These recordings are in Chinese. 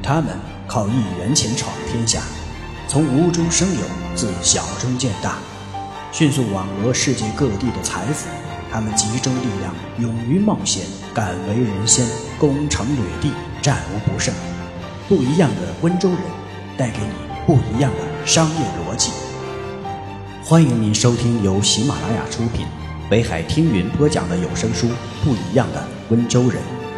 他们靠1元钱闯天下，从无中生有，自小中见大，迅速网罗世界各地的财富。他们集中力量，勇于冒险，敢为人先，攻城掠地，战无不胜。不一样的温州人，带给你不一样的商业逻辑。欢迎您收听由喜马拉雅出品，北海听云播讲的有声书《不一样的温州人》。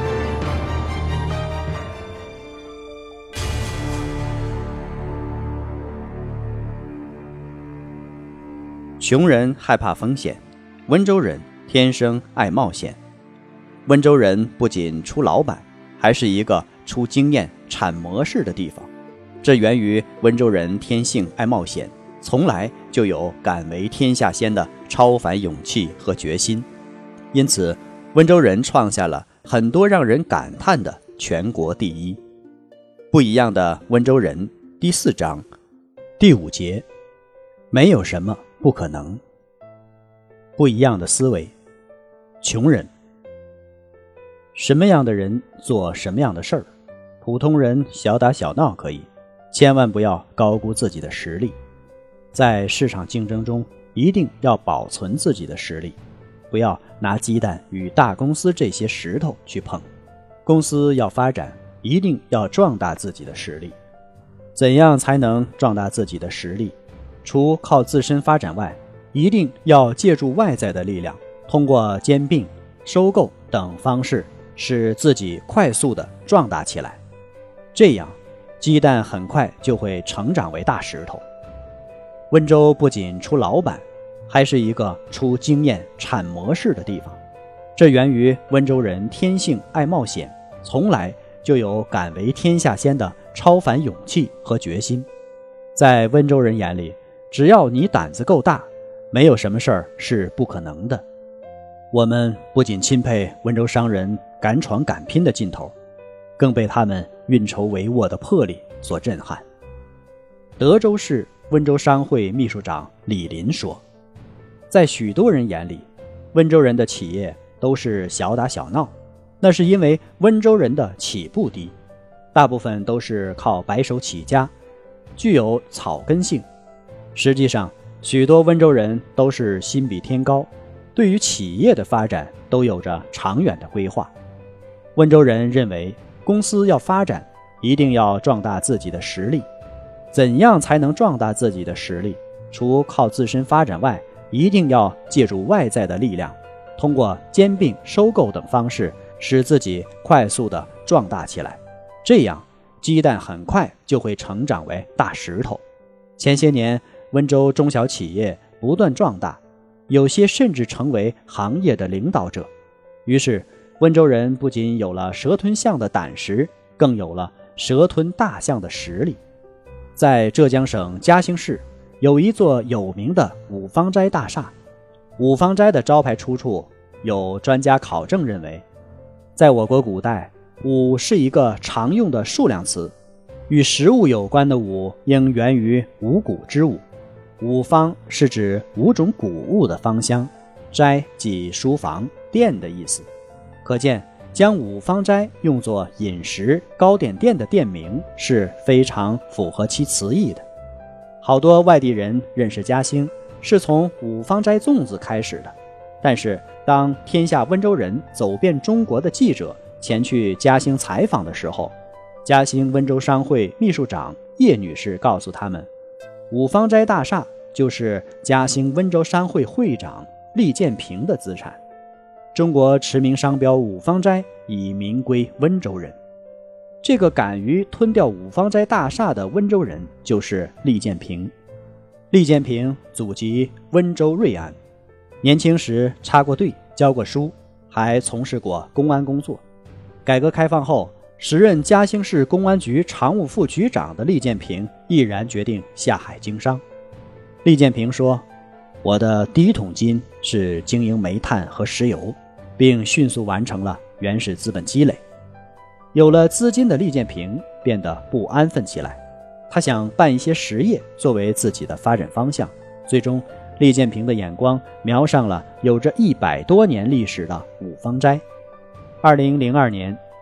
穷人害怕风险，温州人天生爱冒险。温州人不仅出老板，还是一个出经验产模式的地方。这源于温州人天性爱冒险，从来就有敢为天下先的超凡勇气和决心。因此，温州人创下了很多让人感叹的全国第一。不一样的温州人第4章第5节，没有什么不可能。不一样的思维。穷人，什么样的人做什么样的事儿。普通人小打小闹可以，千万不要高估自己的实力。在市场竞争中，一定要保存自己的实力，不要拿鸡蛋与大公司这些石头去碰。公司要发展，一定要壮大自己的实力。怎样才能壮大自己的实力？除靠自身发展外，一定要借助外在的力量，通过兼并、收购等方式，使自己快速地壮大起来。这样，鸡蛋很快就会成长为大石头。温州不仅出老板，还是一个出经验产模式的地方。这源于温州人天性爱冒险，从来就有敢为天下先的超凡勇气和决心。在温州人眼里，只要你胆子够大，没有什么事儿是不可能的。我们不仅钦佩温州商人敢闯敢拼的劲头，更被他们运筹帷幄的魄力所震撼。德州市温州商会秘书长李林说，在许多人眼里，温州人的企业都是小打小闹，那是因为温州人的起步低，大部分都是靠白手起家，具有草根性。实际上，许多温州人都是心比天高，对于企业的发展都有着长远的规划。温州人认为，公司要发展，一定要壮大自己的实力。怎样才能壮大自己的实力？除靠自身发展外，一定要借助外在的力量，通过兼并、收购等方式，使自己快速地壮大起来。这样，鸡蛋很快就会成长为大石头。前些年，温州中小企业不断壮大，有些甚至成为行业的领导者。于是，温州人不仅有了蛇吞象的胆识，更有了蛇吞大象的实力。在浙江省嘉兴市，有一座有名的五芳斋大厦。五芳斋的招牌出处，有专家考证认为，在我国古代，五是一个常用的数量词，与食物有关的五应源于五谷之五。五芳是指5种谷物的芳香，斋即书房、店的意思。可见将五芳斋用作饮食糕点店的店名是非常符合其词义的。好多外地人认识嘉兴是从五芳斋粽子开始的，但是当天下温州人走遍中国的记者前去嘉兴采访的时候，嘉兴温州商会秘书长叶女士告诉他们，五芳斋大厦就是嘉兴温州商会会长厉建平的资产。中国驰名商标五芳斋已名归温州人。这个敢于吞掉五芳斋大厦的温州人就是厉建平。厉建平祖籍温州瑞安，年轻时插过队，教过书，还从事过公安工作。改革开放后，时任嘉兴市公安局常务副局长的厉建平毅然决定下海经商。厉建平说，我的第一桶金是经营煤炭和石油，并迅速完成了原始资本积累。有了资金的厉建平变得不安分起来，他想办一些实业作为自己的发展方向。最终，厉建平的眼光瞄上了有着100多年历史的五芳斋。2002年，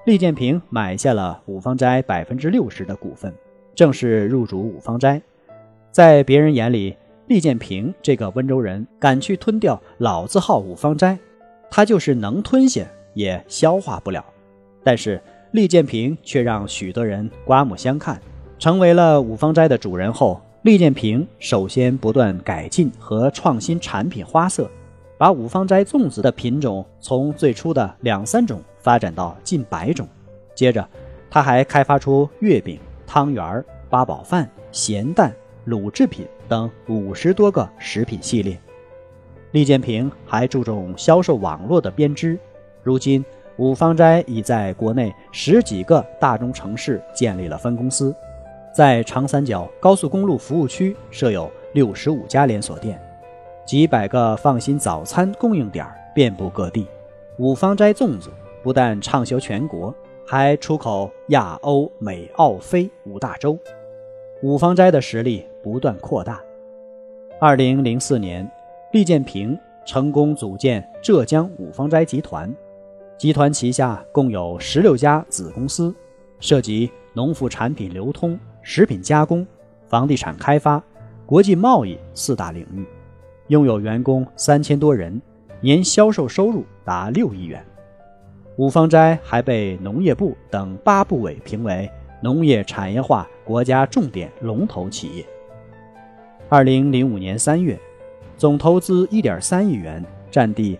利建平买下了五芳斋60%的股份，正式入主五芳斋。在别人眼里，利建平这个温州人敢去吞掉老字号五芳斋，他就是能吞下也消化不了。但是利建平却让许多人刮目相看。成为了五芳斋的主人后，利建平首先不断改进和创新产品花色，把五芳斋粽子的品种从最初的2-3种发展到近100种。接着他还开发出月饼、汤圆、八宝饭、咸蛋、卤制品等50多个食品系列。利建平还注重销售网络的编织，如今五芳斋已在国内10几个大中城市建立了分公司，在长三角高速公路服务区设有65家连锁店，几百个放心早餐供应点遍布各地。五芳斋粽子不但畅销全国，还出口亚欧美澳非5大洲。五芳斋的实力不断扩大。2004年，利建平成功组建浙江五芳斋集团，集团旗下共有16家子公司，涉及农副产品流通、食品加工、房地产开发、国际贸易4大领域，拥有员工3000多人，年销售收入达6亿元。五芳斋还被农业部等8部委评为农业产业化国家重点龙头企业。2005年3月，总投资1.3亿元，占地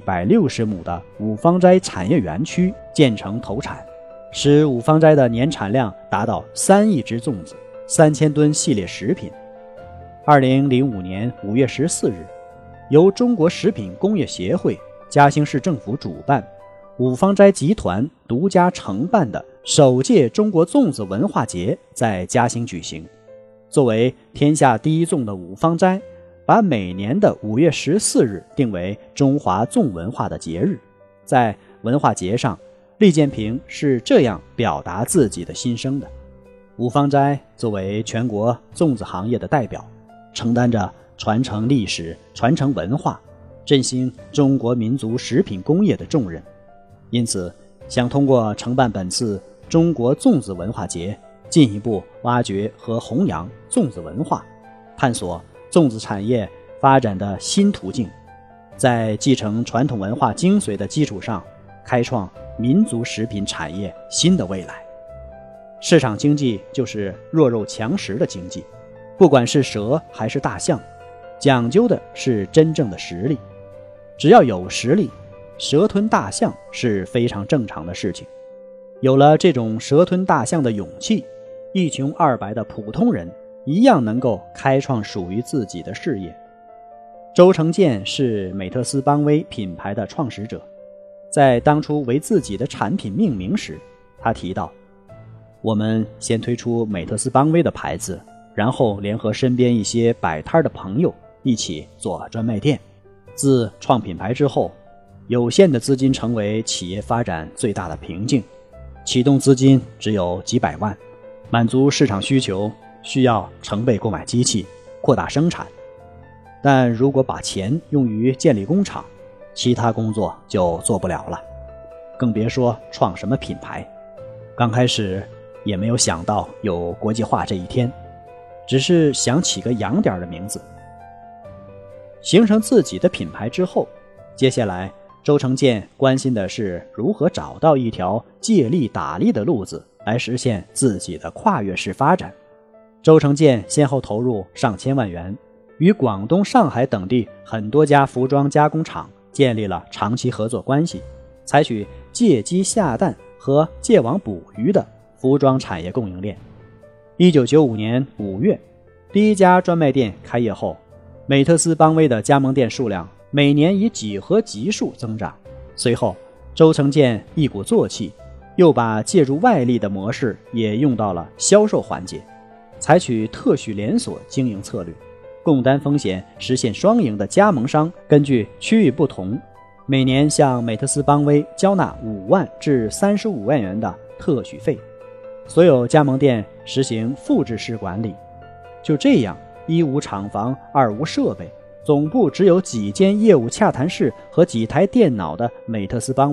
160亩的五芳斋产业园区建成投产，使五芳斋的年产量达到3亿只粽子、3000吨系列食品。2005年5月14日，由中国食品工业协会、嘉兴市政府主办，五芳斋集团独家承办的首届中国粽子文化节在嘉兴举行。作为天下第一粽的五芳斋，把每年的5月14日定为中华粽文化的节日。在文化节上，利建平是这样表达自己的心声的：五芳斋作为全国粽子行业的代表，承担着传承历史、传承文化、振兴中国民族食品工业的重任。因此，想通过承办本次中国粽子文化节，进一步挖掘和弘扬粽子文化，探索粽子产业发展的新途径，在继承传统文化精髓的基础上，开创民族食品产业新的未来。市场经济就是弱肉强食的经济，不管是蛇还是大象，讲究的是真正的实力。只要有实力，蛇吞大象是非常正常的事情。有了这种蛇吞大象的勇气，一穷二白的普通人一样能够开创属于自己的事业。周成建是美特斯邦威品牌的创始者，在当初为自己的产品命名时，他提到，我们先推出美特斯邦威的牌子，然后联合身边一些摆摊的朋友一起做专卖店。自创品牌之后，有限的资金成为企业发展最大的瓶颈，启动资金只有几百万，满足市场需求需要成倍购买机器，扩大生产。但如果把钱用于建立工厂，其他工作就做不了了，更别说创什么品牌。刚开始也没有想到有国际化这一天，只是想起个洋点的名字。形成自己的品牌之后，接下来周成建关心的是如何找到一条借力打力的路子，来实现自己的跨越式发展。周成建先后投入上千万元，与广东、上海等地很多家服装加工厂建立了长期合作关系，采取借鸡下蛋和借网捕鱼的服装产业供应链。1995年5月，第一家专卖店开业后，美特斯邦威的加盟店数量每年以几何级数增长。随后，周成建一鼓作气，又把借助外力的模式也用到了销售环节，采取特许连锁经营策略，共担风险，实现双赢的加盟商根据区域不同，每年向美特斯邦威交纳5万至35万元的特许费。所有加盟店实行复制式管理。就这样，一无厂房，二无设备，总部只有几间业务洽谈室和几台电脑的美特斯邦威，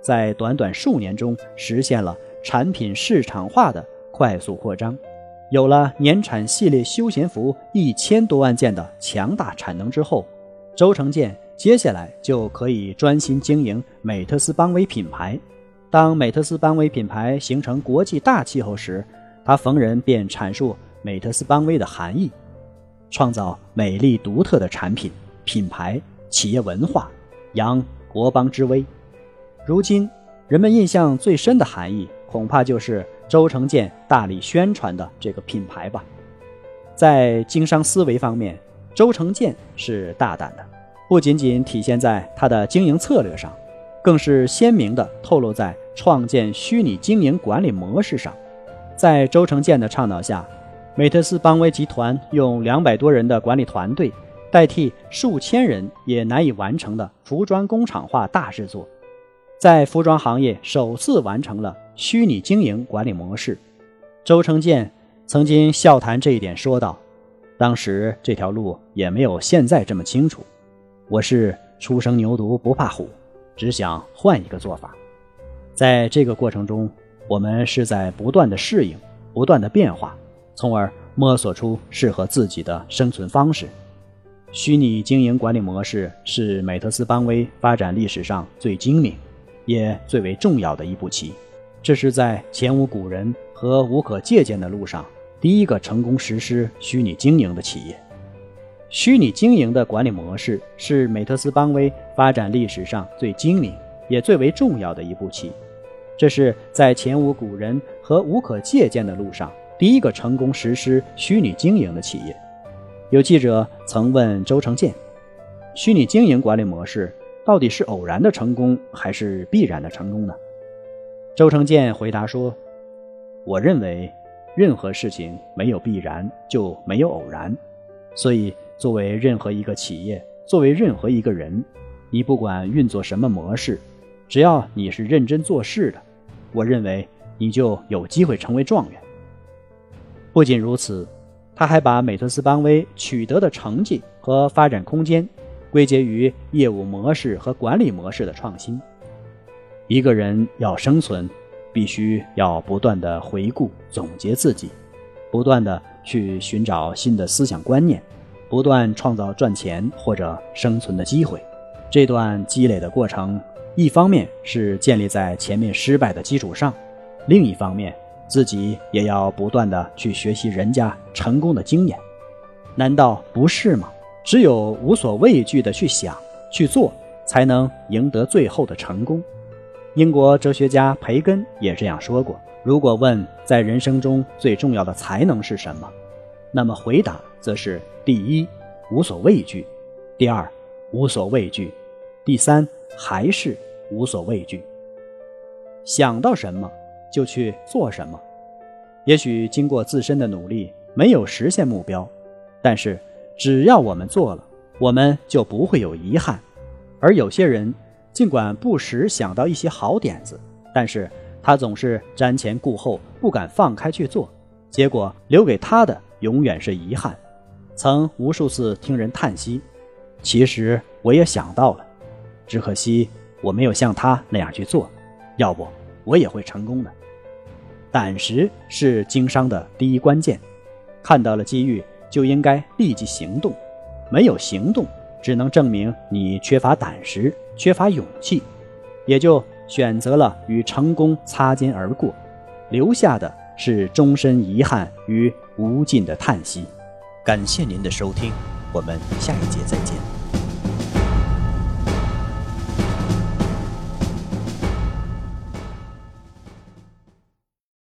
在短短数年中实现了产品市场化的快速扩张，有了年产系列休闲服1000多万件的强大产能之后，周成建接下来就可以专心经营美特斯邦威品牌。当美特斯邦威品牌形成国际大气候时，他逢人便阐述美特斯邦威的含义，创造美丽独特的产品、品牌、企业文化，扬国邦之威。如今人们印象最深的含义，恐怕就是周成建大力宣传的这个品牌吧。在经商思维方面，周成建是大胆的，不仅仅体现在他的经营策略上，更是鲜明地透露在创建虚拟经营管理模式上。在周成建的倡导下，美特斯邦威集团用200多人的管理团队，代替数千人也难以完成的服装工厂化大制作，在服装行业首次完成了虚拟经营管理模式。周成建曾经笑谈这一点说道，当时这条路也没有现在这么清楚，我是初生牛犊不怕虎，只想换一个做法。在这个过程中，我们是在不断的适应，不断的变化，从而摸索出适合自己的生存方式。虚拟经营管理模式是美特斯邦威发展历史上最精明也最为重要的一步棋，这是在前无古人和无可借鉴的路上第一个成功实施虚拟经营的企业。虚拟经营的管理模式是美特斯邦威发展历史上最精明也最为重要的一步棋，这是在前无古人和无可借鉴的路上第一个成功实施虚拟经营的企业。有记者曾问周成建，虚拟经营管理模式到底是偶然的成功还是必然的成功呢？周成建回答说，我认为任何事情没有必然就没有偶然，所以作为任何一个企业，作为任何一个人，你不管运作什么模式，只要你是认真做事的，我认为你就有机会成为状元。不仅如此，他还把美特斯邦威取得的成绩和发展空间归结于业务模式和管理模式的创新。一个人要生存，必须要不断地回顾总结自己，不断地去寻找新的思想观念，不断创造赚钱或者生存的机会。这段积累的过程，一方面是建立在前面失败的基础上，另一方面自己也要不断地去学习人家成功的经验。难道不是吗？只有无所畏惧地去想去做，才能赢得最后的成功。英国哲学家培根也这样说过，如果问在人生中最重要的才能是什么，那么回答则是第一，无所畏惧；第二，无所畏惧；第三，还是无所畏惧。想到什么就去做什么。也许经过自身的努力没有实现目标，但是只要我们做了，我们就不会有遗憾。而有些人尽管不时想到一些好点子，但是他总是瞻前顾后，不敢放开去做，结果留给他的永远是遗憾。曾无数次听人叹息，其实我也想到了，只可惜我没有像他那样去做，要不我也会成功的。胆识是经商的第一关键，看到了机遇就应该立即行动，没有行动只能证明你缺乏胆识，缺乏勇气，也就选择了与成功擦肩而过，留下的是终身遗憾与无尽的叹息。 感谢您的收听，我们下一节再见。